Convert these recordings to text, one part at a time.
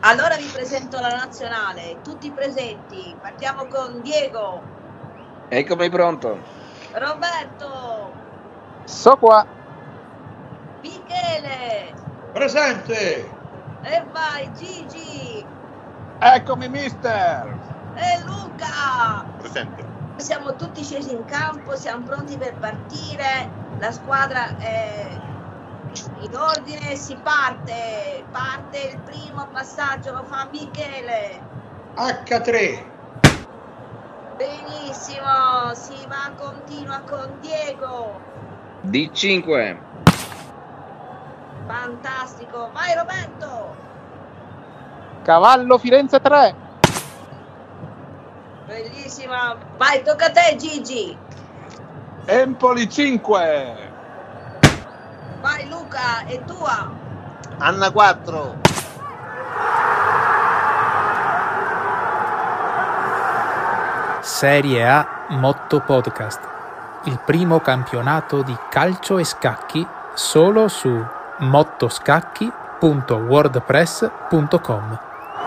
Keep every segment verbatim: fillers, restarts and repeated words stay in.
Allora vi presento la nazionale, tutti presenti. Partiamo con Diego. Eccomi pronto. Roberto. So qua. Michele. Presente. E vai Gigi. Eccomi mister. E Luca. Presente. Siamo tutti scesi in campo, siamo pronti per partire. La squadra è in ordine, si parte. Parte il primo passaggio, lo fa Michele. acca tre. Benissimo, si va, continua con Diego. D cinque. Fantastico, vai Roberto. Cavallo Firenze tre. Bellissima, vai, tocca a te Gigi. Empoli cinque. Vai Luca, è tua. Anna quattro. Serie A Motto Podcast, il primo campionato di calcio e scacchi solo su mottoscacchi punto wordpress punto com.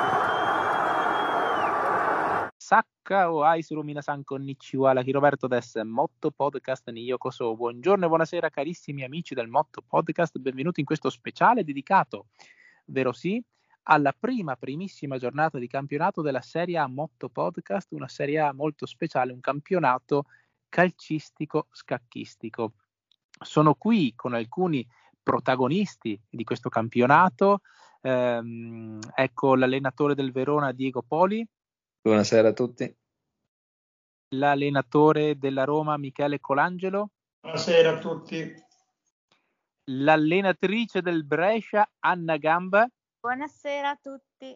Sakka o Aisuru minasan konnichiwa, la Roberto des Motto Podcast ni yokoso. Buongiorno e buonasera carissimi amici del Motto Podcast, benvenuti in questo speciale dedicato, vero sì, alla prima, primissima giornata di campionato della Serie A Motto Podcast, una Serie A molto speciale, un campionato calcistico-scacchistico. Sono qui con alcuni protagonisti di questo campionato, ehm, ecco l'allenatore del Verona Diego Poli. Buonasera a tutti. L'allenatore della Roma Michele Colangelo. Buonasera a tutti. L'allenatrice del Brescia Anna Gamba. Buonasera a tutti.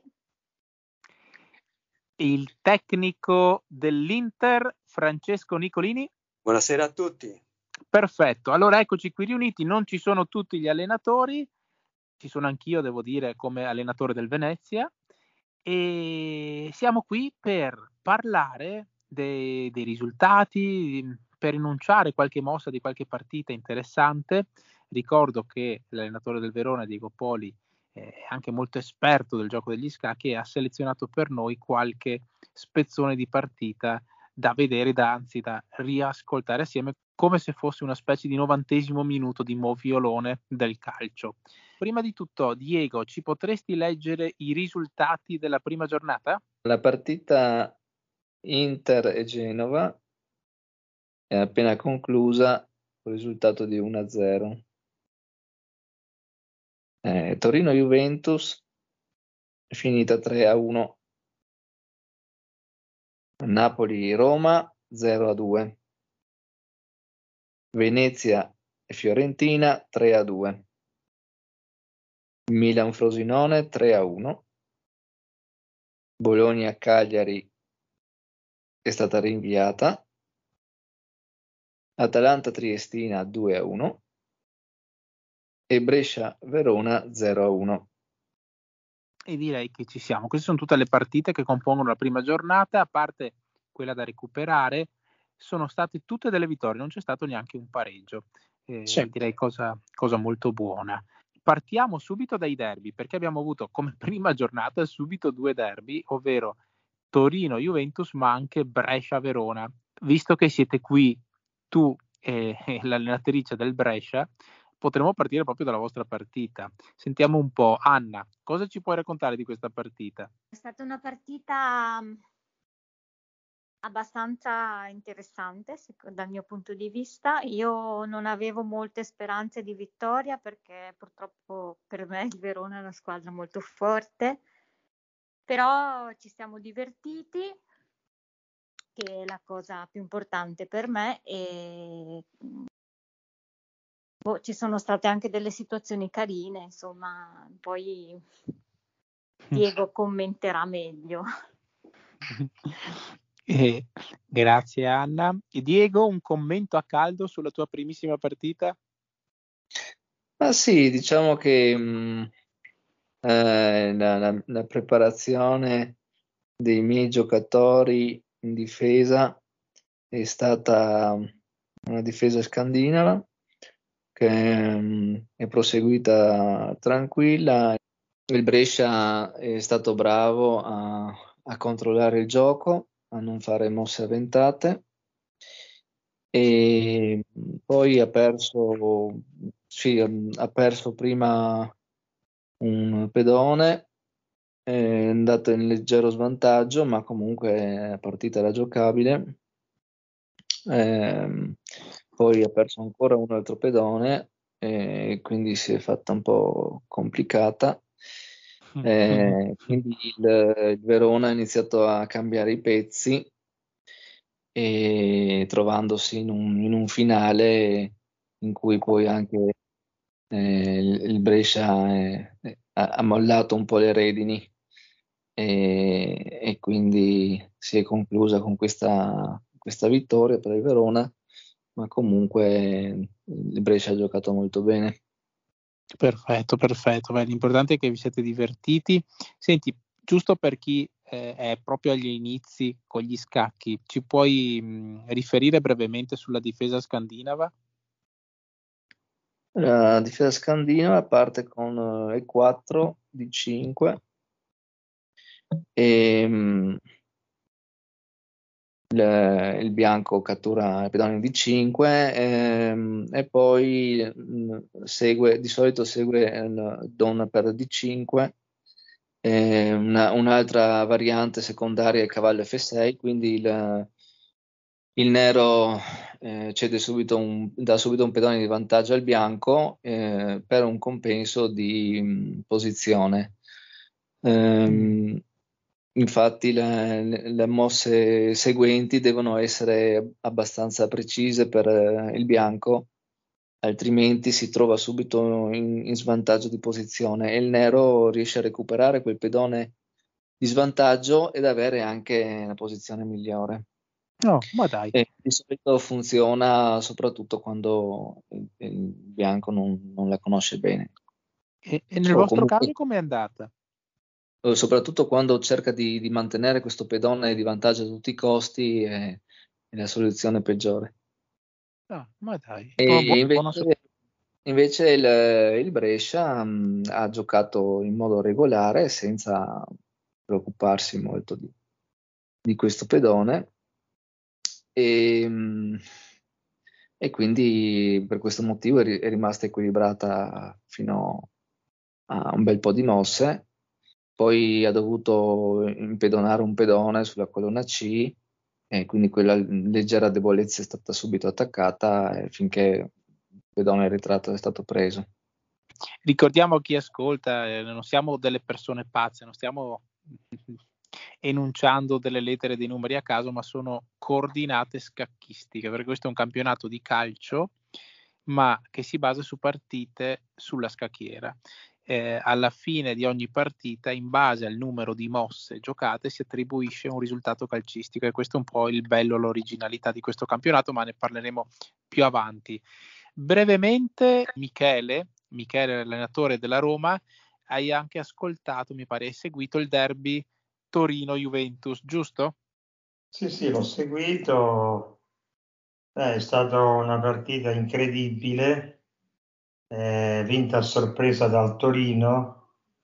Il tecnico dell'Inter Francesco Nicolini. Buonasera a tutti. Perfetto, allora eccoci qui riuniti, non ci sono tutti gli allenatori, ci sono anch'io, devo dire, come allenatore del Venezia, e siamo qui per parlare dei, dei risultati, per enunciare qualche mossa di qualche partita interessante. Ricordo che l'allenatore del Verona Diego Poli è anche molto esperto del gioco degli scacchi e ha selezionato per noi qualche spezzone di partita da vedere, da, anzi da riascoltare assieme, come se fosse una specie di novantesimo minuto di moviolone del calcio. Prima di tutto, Diego, ci potresti leggere i risultati della prima giornata? La partita Inter e Genova è appena conclusa con il risultato di uno a zero. Eh, Torino-Juventus è finita tre a uno. Napoli-Roma zero a due. Venezia e Fiorentina tre a due. Milan-Frosinone tre a uno. Bologna-Cagliari è stata rinviata. Atalanta-Triestina due a uno. E Brescia-Verona zero a uno. E direi che ci siamo. Queste sono tutte le partite che compongono la prima giornata, a parte quella da recuperare, sono state tutte delle vittorie, non c'è stato neanche un pareggio. Eh, Sì. Direi cosa, cosa molto buona. Partiamo subito dai derby, perché abbiamo avuto come prima giornata subito due derby, ovvero Torino-Juventus, ma anche Brescia-Verona. Visto che siete qui, tu e, e l'allenatrice del Brescia, potremmo partire proprio dalla vostra partita. Sentiamo un po'. Anna, cosa ci puoi raccontare di questa partita? È stata una partita abbastanza interessante dal mio punto di vista. Io non avevo molte speranze di vittoria perché purtroppo per me il Verona è una squadra molto forte, però ci siamo divertiti, che è la cosa più importante per me, e boh, ci sono state anche delle situazioni carine, insomma, poi Diego commenterà meglio. Eh, grazie Anna. E Diego, un commento a caldo sulla tua primissima partita? Ma sì, diciamo che mh, eh, la, la- la preparazione dei miei giocatori in difesa è stata una difesa scandinava che mh, è proseguita tranquilla. il Brescia è stato bravo a, a controllare il gioco, a non fare mosse avventate, e poi ha perso, sì, ha perso prima un pedone, è andato in leggero svantaggio, ma comunque la partita era giocabile. Eh, poi ha perso ancora un altro pedone, e quindi si è fatta un po' complicata. Eh, quindi il, il Verona ha iniziato a cambiare i pezzi, e trovandosi in un, in un finale in cui poi anche eh, il, il Brescia è- è- ha, ha mollato un po' le redini, e, e quindi si è conclusa con questa, questa vittoria per il Verona, ma comunque il Brescia ha giocato molto bene. Perfetto, perfetto. Beh, l'importante è che vi siete divertiti. Senti, giusto per chi eh, è proprio agli inizi con gli scacchi, ci puoi mh, riferire brevemente sulla difesa scandinava? La difesa scandinava parte con eh, E quattro D cinque, e mh, il, il bianco cattura il pedone D cinque, ehm, e poi mh, segue, di solito segue il donna per D cinque, eh, una- un'altra variante secondaria è il cavallo F sei, quindi il, il nero eh, cede subito un, dà subito un pedone di vantaggio al bianco, eh, per un compenso di mh, posizione. Ehm, Infatti le, le mosse seguenti devono essere abbastanza precise per eh, il bianco, altrimenti si trova subito in, in svantaggio di posizione, e il nero riesce a recuperare quel pedone di svantaggio ed avere anche la posizione migliore. No, ma dai. E di solito funziona soprattutto quando il, il bianco non, non la conosce bene, E, e nel o vostro comunque caso com'è andata? eh, soprattutto quando cerca di, di mantenere questo pedone di vantaggio a tutti i costi, è, è la soluzione peggiore. No, ma dai. Bu- bu- E buono so- invece, invece il, il Brescia mh, ha giocato in modo regolare, senza preoccuparsi molto di, di questo pedone, e, mh, e quindi per questo motivo è, ri- è rimasta equilibrata fino a un bel po' di mosse. Poi ha dovuto impedonare un pedone sulla colonna C, e quindi quella leggera debolezza è stata subito attaccata, eh, finché il pedone ritratto è stato preso. Ricordiamo a chi ascolta, eh, non siamo delle persone pazze, non stiamo enunciando delle lettere dei numeri a caso, ma sono coordinate scacchistiche, perché questo è un campionato di calcio, ma che si basa su partite sulla scacchiera. Eh, alla fine di ogni partita, in base al numero di mosse giocate, si attribuisce un risultato calcistico, e questo è un po' il bello, l'originalità di questo campionato, ma ne parleremo più avanti. Brevemente, Michele, Michele, allenatore della Roma, hai anche ascoltato, mi pare, hai seguito il derby Torino-Juventus, giusto? Sì, sì, l'ho seguito. Eh, è stata una partita incredibile, eh, vinta a sorpresa dal Torino.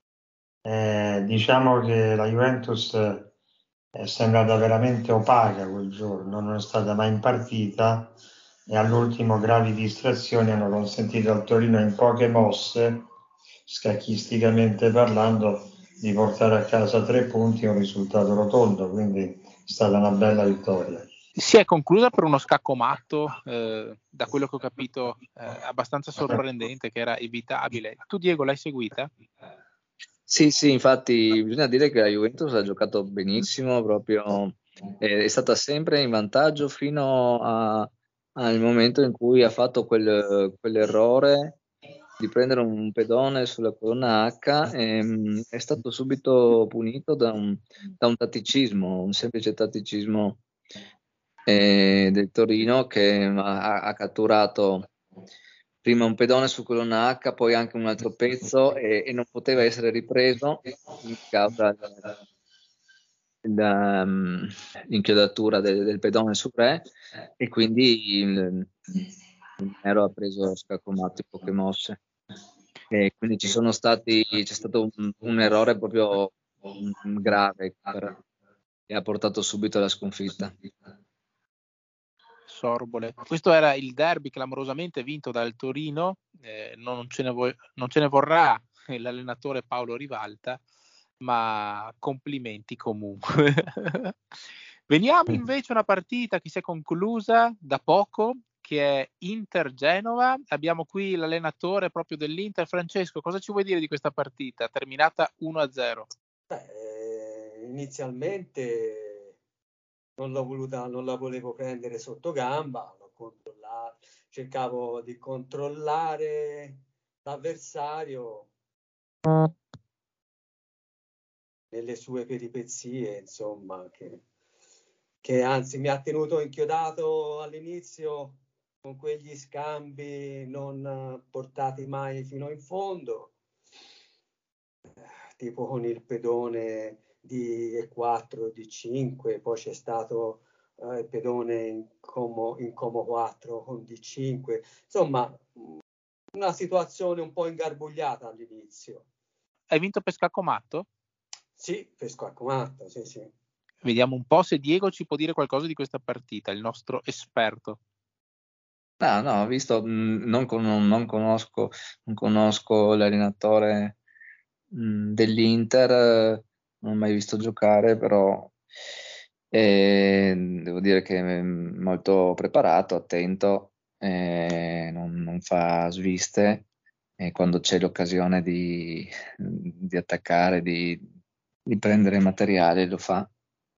Eh, diciamo che la Juventus è sembrata veramente opaca quel giorno, non è stata mai in partita, e all'ultimo gravi distrazioni hanno consentito al Torino, in poche mosse, scacchisticamente parlando, di portare a casa tre punti, un risultato rotondo, quindi è stata una bella vittoria. Si è conclusa per uno scacco matto, eh, da quello che ho capito, eh, abbastanza sorprendente, che era evitabile. Tu, Diego, l'hai seguita? Sì, sì, infatti bisogna dire che la Juventus ha giocato benissimo, proprio eh, è stata sempre in vantaggio fino a- al momento in cui ha fatto quel- quell'errore di prendere un pedone sulla colonna H, e mh, è stato subito punito da un, da un tatticismo, un semplice tatticismo eh, del Torino, che ha, ha catturato prima un pedone su colonna H, poi anche un altro pezzo, e, e non poteva essere ripreso in causa della, um, l'inchiodatura del, del pedone su re, e quindi il, il nero ha preso scaccomato in poche mosse. E quindi ci sono stati, c'è stato un, un errore proprio mm, grave per- che ha portato subito alla sconfitta. Sorbole. Questo era il derby clamorosamente vinto dal Torino, eh, non, ce ne vo- non ce ne vorrà l'allenatore Paolo Rivalta, ma complimenti comunque. Veniamo invece a una partita che si è conclusa da poco, che è Inter-Genova. Abbiamo qui l'allenatore proprio dell'Inter, Francesco. Cosa ci vuoi dire di questa partita terminata uno a zero? Beh, inizialmente non l'ho voluta, non la volevo prendere sotto gamba, l'ho controllato, cercavo di controllare l'avversario nelle sue peripezie, insomma, che, che anzi mi ha tenuto inchiodato all'inizio con quegli scambi non portati mai fino in fondo, tipo con il pedone di E quattro, di cinque, poi c'è stato eh, il pedone in Como, in Como quattro con D cinque, insomma una situazione un po' ingarbugliata all'inizio. Hai vinto per scaccomatto? Sì, per scaccomatto, sì, sì. Vediamo un po' se Diego ci può dire qualcosa di questa partita, il nostro esperto. No, no, ho visto, mh, non, con- non conosco, non conosco l'allenatore mh, dell'Inter, eh, non ho mai visto giocare, però eh, devo dire che è molto preparato, attento, eh, non, non fa sviste, e quando c'è l'occasione di, di attaccare, di, di prendere materiale, lo fa.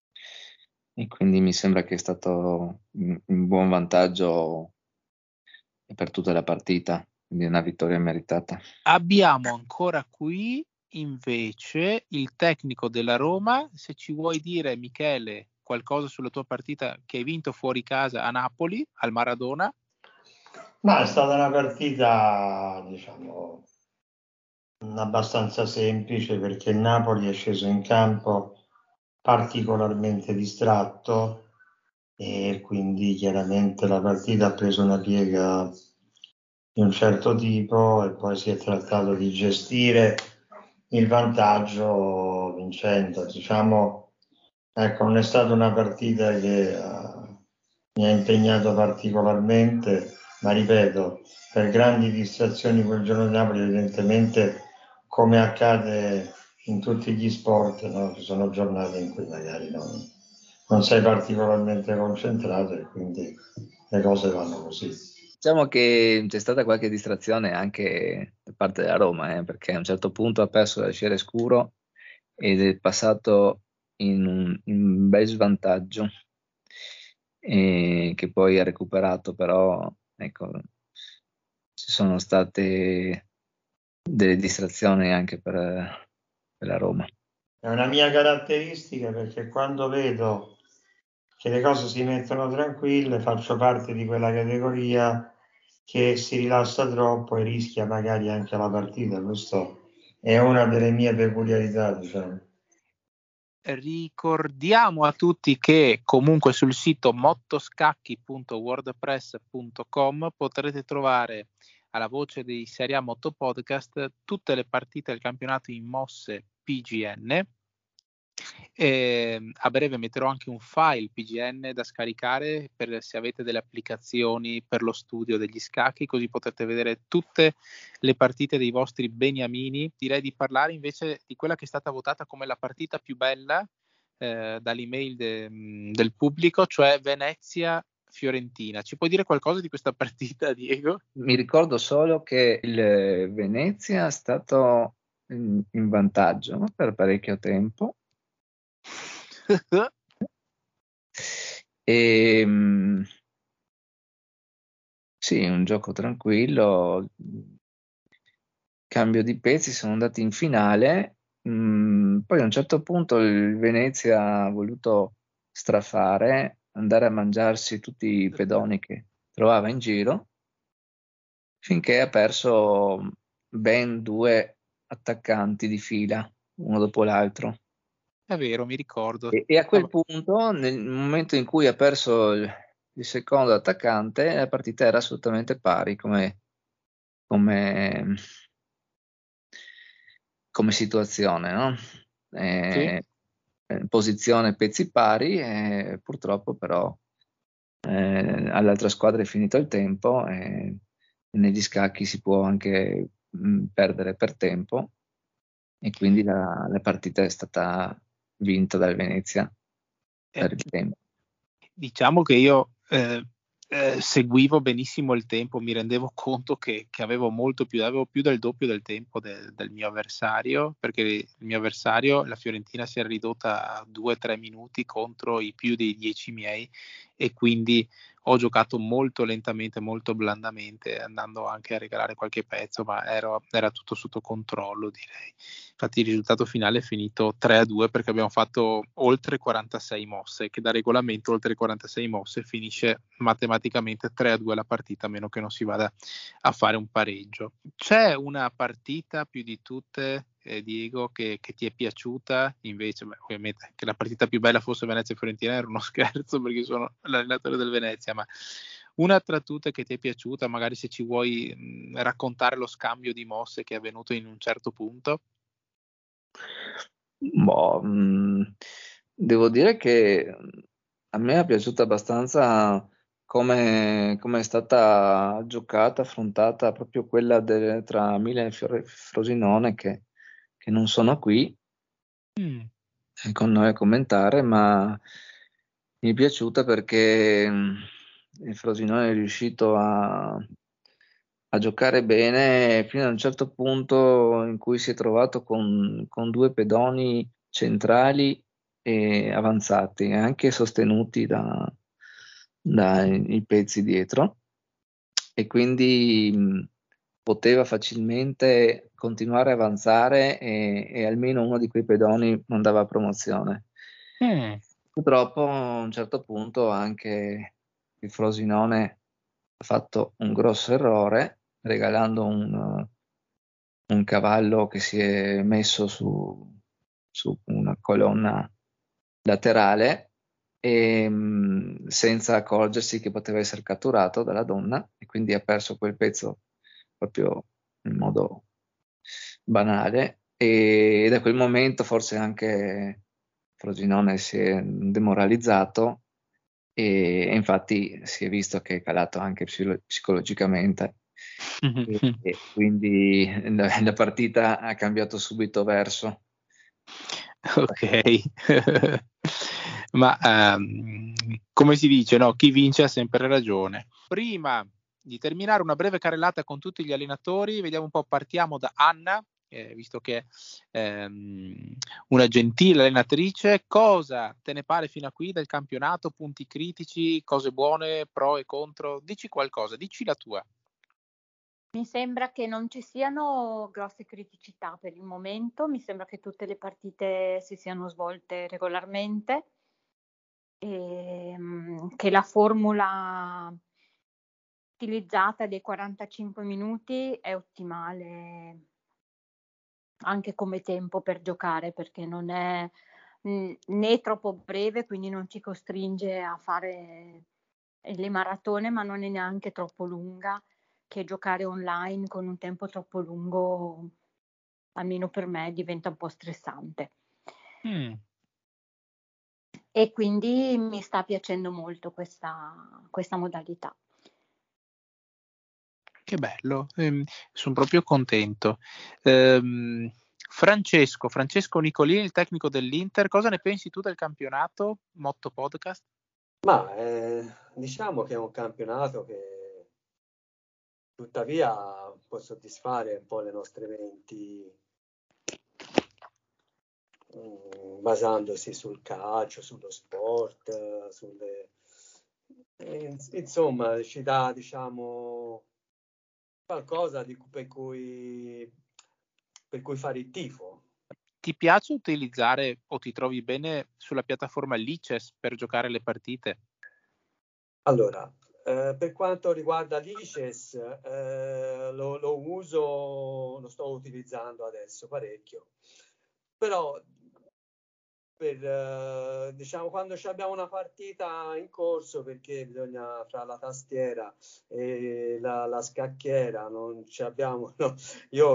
E quindi mi sembra che è stato un un buon vantaggio per tutta la partita, quindi una vittoria meritata. Abbiamo ancora qui invece il tecnico della Roma. Se ci vuoi dire, Michele, qualcosa sulla tua partita che hai vinto fuori casa a Napoli, al Maradona. Ma è stata una partita, diciamo, abbastanza semplice, perché il Napoli è sceso in campo particolarmente distratto e quindi chiaramente la partita ha preso una piega di un certo tipo e poi si è trattato di gestire il vantaggio vincendo. Diciamo, ecco, non è stata una partita che uh, mi ha impegnato particolarmente, ma ripeto, per grandi distrazioni quel giorno di Napoli, evidentemente, come accade in tutti gli sport, no? Ci sono giornate in cui magari non, non sei particolarmente concentrato e quindi le cose vanno così. Diciamo che c'è stata qualche distrazione anche da parte della Roma, eh, perché a un certo punto ha perso l'asciere scuro ed è passato in un, in un bel svantaggio, e che poi ha recuperato, però ecco, ci sono state delle distrazioni anche per, per la Roma. È una mia caratteristica, perché quando vedo che le cose si mettono tranquille faccio parte di quella categoria che si rilassa troppo e rischia magari anche la partita. Questo è una delle mie peculiarità, diciamo. Ricordiamo a tutti che comunque sul sito mottoscacchi punto wordpress punto com potrete trovare, alla voce di Serie A Moto Podcast, tutte le partite del campionato in mosse P G N. E a breve metterò anche un file P G N da scaricare per se avete delle applicazioni per lo studio degli scacchi, così potrete vedere tutte le partite dei vostri beniamini. Direi di parlare invece di quella che è stata votata come la partita più bella eh, dall'email de, del pubblico, cioè Venezia-Fiorentina. Ci puoi dire qualcosa di questa partita, Diego? Mi ricordo solo che il Venezia è stato in, in vantaggio, no? Per parecchio tempo. E, mh, sì, un gioco tranquillo, cambio di pezzi, sono andati in finale, mh, poi a un certo punto il Venezia ha voluto strafare, andare a mangiarsi tutti i pedoni che trovava in giro, finché ha perso ben due attaccanti di fila, uno dopo l'altro. È vero, mi ricordo. E, e a quel punto, nel momento in cui ha perso il, il secondo attaccante, la partita era assolutamente pari, come, come, come situazione, no? Eh, Sì. Posizione pezzi pari, e purtroppo però eh, all'altra squadra è finito il tempo e negli scacchi si può anche mh, perdere per tempo, e quindi la, la partita è stata vinta dal Venezia per il tempo. Diciamo che io eh, eh, seguivo benissimo il tempo, mi rendevo conto che, che avevo molto più, avevo più del doppio del tempo de, del mio avversario, perché il mio avversario, la Fiorentina, si è ridotta a due tre minuti contro i più dei dieci miei, e quindi ho giocato molto lentamente, molto blandamente, andando anche a regalare qualche pezzo, ma ero, era tutto sotto controllo, direi. Infatti il risultato finale è finito tre a due perché abbiamo fatto oltre quarantasei mosse, che da regolamento oltre quarantasei mosse finisce matematicamente tre a due la partita, a meno che non si vada a fare un pareggio. C'è una partita più di tutte, eh, Diego, che, che ti è piaciuta? Invece, beh, ovviamente, che la partita più bella fosse Venezia-Fiorentina era uno scherzo, perché sono l'allenatore del Venezia, ma una tra tutte che ti è piaciuta, magari se ci vuoi mh, raccontare lo scambio di mosse che è avvenuto in un certo punto? Boh, mh, devo dire che a me è piaciuta abbastanza come, come è stata giocata, affrontata proprio quella del- tra Milan e Fiore- Frosinone, che, che non sono qui Mm. con noi a commentare, ma mi è piaciuta perché mh, il Frosinone è riuscito a, a giocare bene fino a un certo punto in cui si è trovato con, con due pedoni centrali e avanzati, anche sostenuti da, dai pezzi dietro, e quindi mh, poteva facilmente continuare a avanzare, e, e almeno uno di quei pedoni mandava a promozione. Mm. Purtroppo a un certo punto anche il Frosinone ha fatto un grosso errore regalando un, un cavallo che si è messo su, su una colonna laterale, e, mh, senza accorgersi che poteva essere catturato dalla donna, e quindi ha perso quel pezzo proprio in modo banale, e da quel momento forse anche Frosinone si è demoralizzato, e, e infatti si è visto che è calato anche psilo- psicologicamente, e, e quindi la, la partita ha cambiato subito verso. Ok. Ma ehm, come si dice, no? Chi vince ha sempre ragione. Prima di terminare una breve carrellata con tutti gli allenatori, vediamo un po', partiamo da Anna, eh, visto che è ehm, una gentile allenatrice. Cosa te ne pare fino a qui del campionato? Punti critici, cose buone, pro e contro? Dici qualcosa, dici la tua. Mi sembra che non ci siano grosse criticità per il momento, mi sembra che tutte le partite si siano svolte regolarmente e mh, che la formula utilizzata dei quarantacinque minuti è ottimale anche come tempo per giocare, perché non è mh, né troppo breve, quindi non ci costringe a fare le maratone, ma non è neanche troppo lunga, che giocare online con un tempo troppo lungo, almeno per me, diventa un po' stressante. Mm. E quindi mi sta piacendo molto questa, questa modalità. Che bello, ehm, sono proprio contento. Ehm, Francesco, Francesco Nicolini, il tecnico dell'Inter, cosa ne pensi tu del campionato Motto Podcast? Ma eh, diciamo che è un campionato che tuttavia può soddisfare un po' le nostre menti, mh, basandosi sul calcio, sullo sport, sulle... eh, insomma, ci dà, diciamo, qualcosa di, per cui per cui fare il tifo. Ti piace utilizzare o ti trovi bene sulla piattaforma Lices per giocare le partite? Allora, eh, per quanto riguarda Lices, eh, lo, lo uso, lo sto utilizzando adesso parecchio, però per, eh, diciamo, quando abbiamo una partita in corso, perché bisogna fra la tastiera e la, la scacchiera, non ci abbiamo, no, io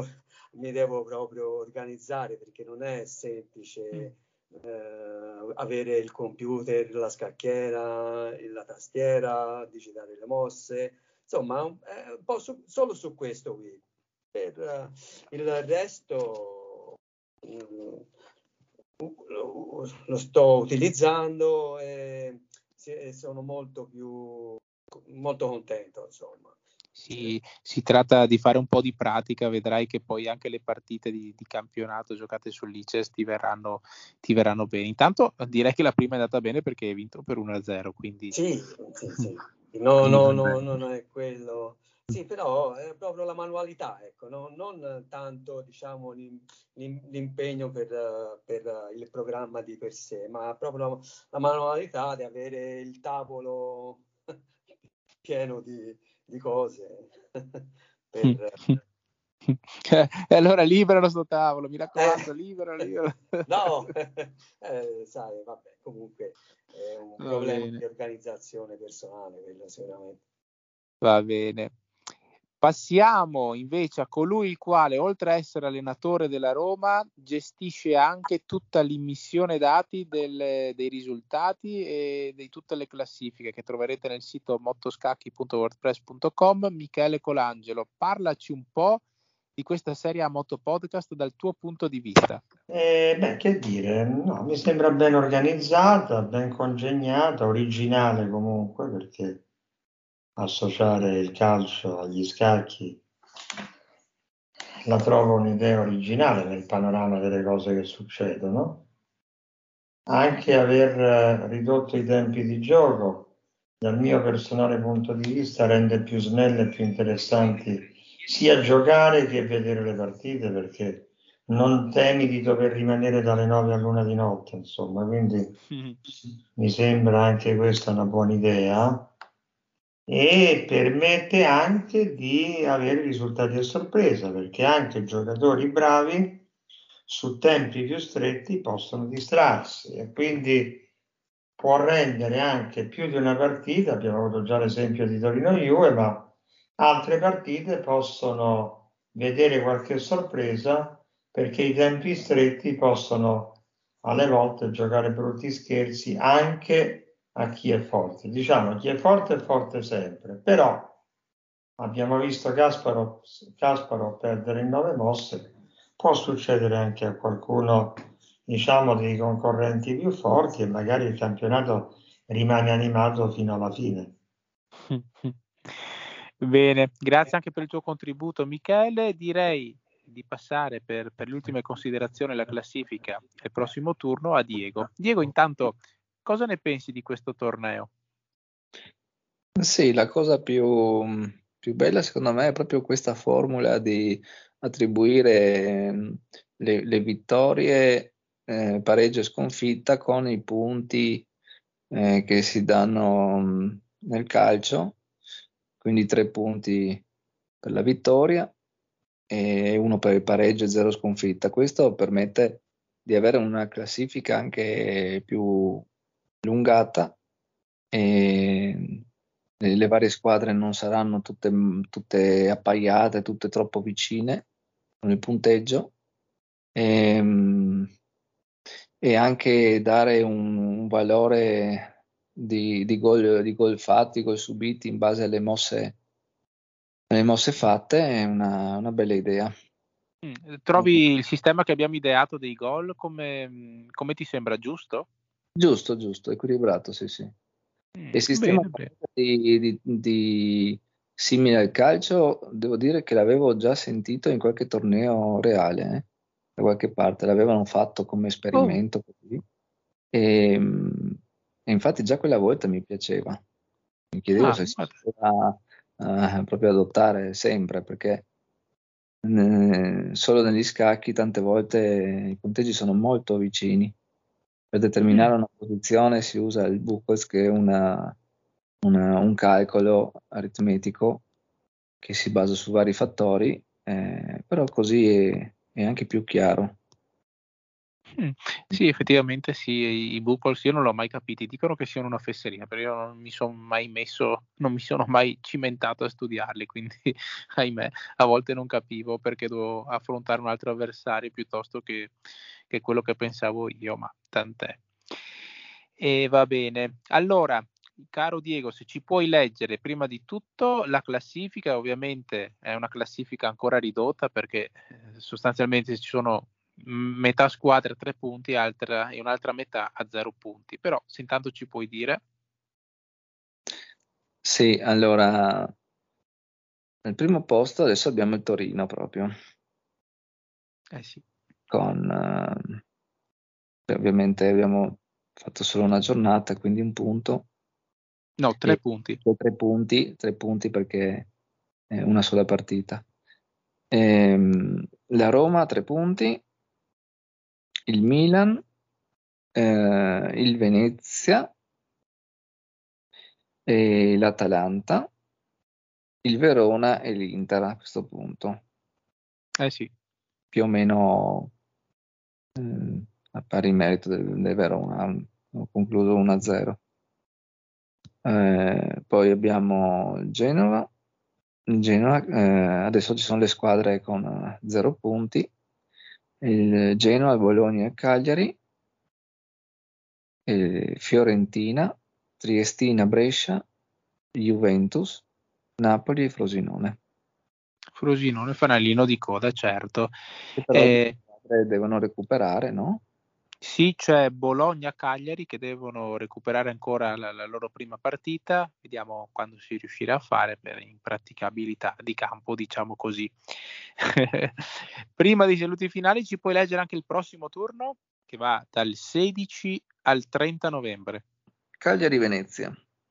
mi devo proprio organizzare, perché non è semplice eh, avere il computer, la scacchiera, la tastiera, digitare le mosse, insomma, è un po' su, solo su questo qui. Per uh, il resto um, lo, lo sto utilizzando e sono molto più molto contento, insomma. Si, si tratta di fare un po' di pratica, vedrai che poi anche le partite di, di campionato giocate sull'I C E S ti verranno, ti verranno bene. Intanto direi che la prima è andata bene perché hai vinto per uno a zero, quindi sì, sì, sì. No, quindi no, non no, è- non è quello. Sì, però è proprio la manualità, ecco, no? Non tanto, diciamo, l'im- l'im- l'impegno per, eh, per eh, il programma di per sé, ma proprio la, la manualità di avere il tavolo pieno di, di cose. per, E allora liberalo sto tavolo, mi eh, raccomando, libero, libero. no, eh, sai, vabbè, comunque è un Va problema bene. di organizzazione personale, quello sicuramente. Va bene. Passiamo invece a colui il quale, oltre a essere allenatore della Roma, gestisce anche tutta l'immissione dati del- dei risultati e di tutte le classifiche che troverete nel sito mottoscacchi punto wordpress punto com. Michele Colangelo, parlaci un po' di questa serie a Moto Podcast dal tuo punto di vista. Eh, beh, che dire, no, mi sembra ben organizzata, ben congegnata, originale comunque, perché associare il calcio agli scacchi la trovo un'idea originale nel panorama delle cose che succedono. Anche aver eh, ridotto i tempi di gioco, dal mio personale punto di vista, rende più snelle e più interessanti sia giocare che vedere le partite, perché non temi di dover rimanere dalle nove all'una di notte, insomma, quindi mi sembra anche questa una buona idea e permette anche di avere risultati a sorpresa, perché anche giocatori bravi su tempi più stretti possono distrarsi e quindi può rendere anche più di una partita, abbiamo avuto già l'esempio di Torino-Juve, ma altre partite possono vedere qualche sorpresa perché i tempi stretti possono alle volte giocare brutti scherzi anche a chi è forte. Diciamo, chi è forte è forte sempre, però abbiamo visto Kasparov, Kasparov perdere in nove mosse, può succedere anche a qualcuno, diciamo, dei concorrenti più forti e magari il campionato rimane animato fino alla fine. Bene, grazie anche per il tuo contributo, Michele. Direi di passare per, per le ultime considerazioni alla classifica e il prossimo turno a Diego. Diego, intanto, cosa ne pensi di questo torneo? Sì, la cosa più, più bella secondo me è proprio questa formula di attribuire ehm, le, le vittorie, eh, pareggio e sconfitta con i punti eh, che si danno mh, nel calcio, quindi tre punti per la vittoria e uno per il pareggio e zero sconfitta. Questo permette di avere una classifica anche più allungata e le, le varie squadre non saranno tutte, tutte appaiate, tutte troppo vicine con il punteggio e, e anche dare un, un valore di, di gol, di gol fatti, gol subiti in base alle mosse, alle mosse fatte è una, una bella idea. Mm, trovi il sistema che abbiamo ideato dei gol come, come ti sembra giusto? Giusto, giusto, equilibrato, sì, sì. Mm, Il sistema bene, bene. di, di- di- simile al calcio, devo dire che l'avevo già sentito in qualche torneo reale, eh, da qualche parte, l'avevano fatto come Oh, esperimento così. E, mm, e infatti già quella volta mi piaceva. Mi chiedevo ah, se si poteva eh, proprio adottare sempre, perché eh, solo negli scacchi tante volte i punteggi sono molto vicini. Per determinare mm. una posizione si usa il Buchholz, che è una- una- un calcolo aritmetico che si basa su vari fattori, eh, però così è, è anche più chiaro. Mm, sì, effettivamente sì, i, i Buchholz io non l'ho mai capiti, dicono che siano una fesseria, però io non mi sono mai messo, non mi sono mai cimentato a studiarli, quindi ahimè, a volte non capivo perché dovevo affrontare un altro avversario piuttosto che, che quello che pensavo io, ma tant'è. E va bene, allora, caro Diego, se ci puoi leggere prima di tutto la classifica, ovviamente è una classifica ancora ridotta perché eh, sostanzialmente ci sono metà squadra a tre punti altra, e un'altra metà a zero punti, però se intanto ci puoi dire. Sì, allora nel primo posto adesso abbiamo il Torino proprio Eh sì. con eh, ovviamente abbiamo fatto solo una giornata, quindi un punto. No, tre E punti. Tre punti, tre punti perché è una sola partita. Ehm, la Roma tre punti, il Milan, eh, il Venezia, e l'Atalanta, il Verona e l'Inter a questo punto. Eh sì. Più o meno eh, a pari merito del, del Verona, ho concluso uno a zero. Eh, poi abbiamo il Genova, il Genoa, eh, adesso ci sono le squadre con uh, zero punti, il Genoa, Bologna e Cagliari, e Fiorentina, Triestina, Brescia, Juventus, Napoli e Frosinone. Frosinone, fanalino di coda, certo. Che però Eh, le squadre devono recuperare, no? sì, c'è Bologna-Cagliari che devono recuperare ancora la, la loro prima partita, vediamo quando si riuscirà a fare per impraticabilità di campo, diciamo così. Prima dei saluti finali ci puoi leggere anche il prossimo turno che va dal sedici al trenta novembre. Cagliari-Venezia,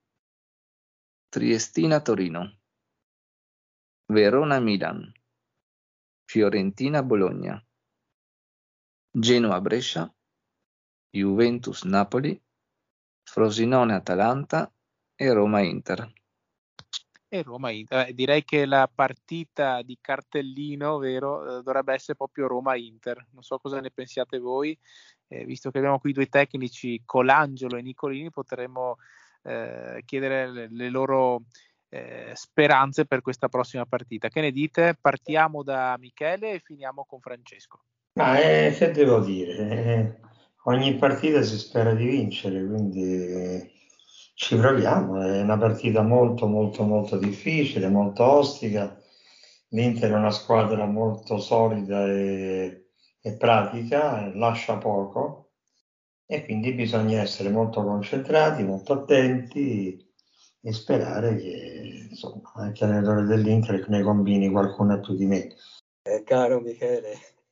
Triestina-Torino, Verona-Milan, Fiorentina-Bologna, Genoa-Brescia, Juventus-Napoli, Frosinone-Atalanta e Roma-Inter. E Roma Inter. Eh, direi che la partita di cartellino, vero, eh, dovrebbe essere proprio Roma Inter. Non so cosa ne pensiate voi, eh, visto che abbiamo qui due tecnici, Colangelo e Nicolini, potremmo eh, chiedere le, le loro eh, speranze per questa prossima partita. Che ne dite? Partiamo da Michele e finiamo con Francesco. Ma eh, che devo dire? Eh, ogni partita si spera di vincere, quindi ci proviamo. È una partita molto, molto, molto difficile, molto ostica. L'Inter è una squadra molto solida e, e pratica, lascia poco e quindi bisogna essere molto concentrati, molto attenti e sperare che insomma, anche l'allenatore dell'Inter ne combini qualcuno più di me. Eh, caro Michele,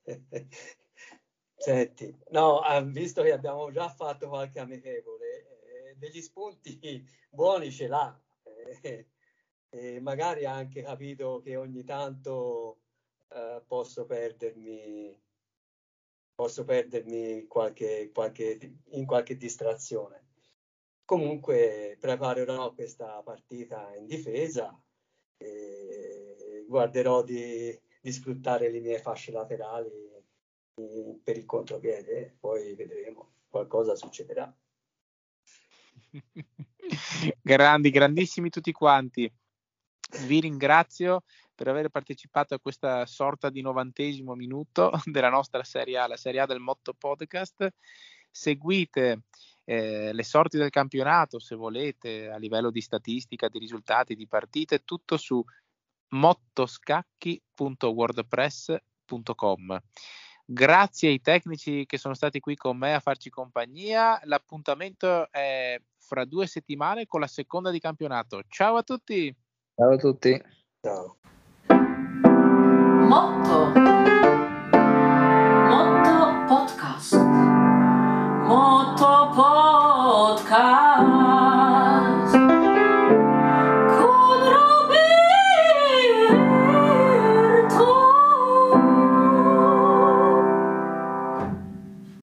senti, no, visto che abbiamo già fatto qualche amichevole, eh, degli spunti buoni ce l'ha, eh, e magari ha anche capito che ogni tanto eh, posso perdermi, posso perdermi qualche, qualche, in qualche distrazione. Comunque preparerò questa partita in difesa e guarderò di, di sfruttare le mie fasce laterali per il contropiede, poi vedremo, qualcosa succederà. Grandi, grandissimi tutti quanti. Vi ringrazio per aver partecipato a questa sorta di novantesimo minuto della nostra Serie A, la Serie A del Motto Podcast. Seguite eh, le sorti del campionato, se volete, a livello di statistica, di risultati, di partite, tutto su mottoscacchi punto wordpress punto com. Grazie ai tecnici che sono stati qui con me a farci compagnia. L'appuntamento è fra due settimane con la seconda di campionato. Ciao a tutti! Ciao a tutti! Ciao! Motto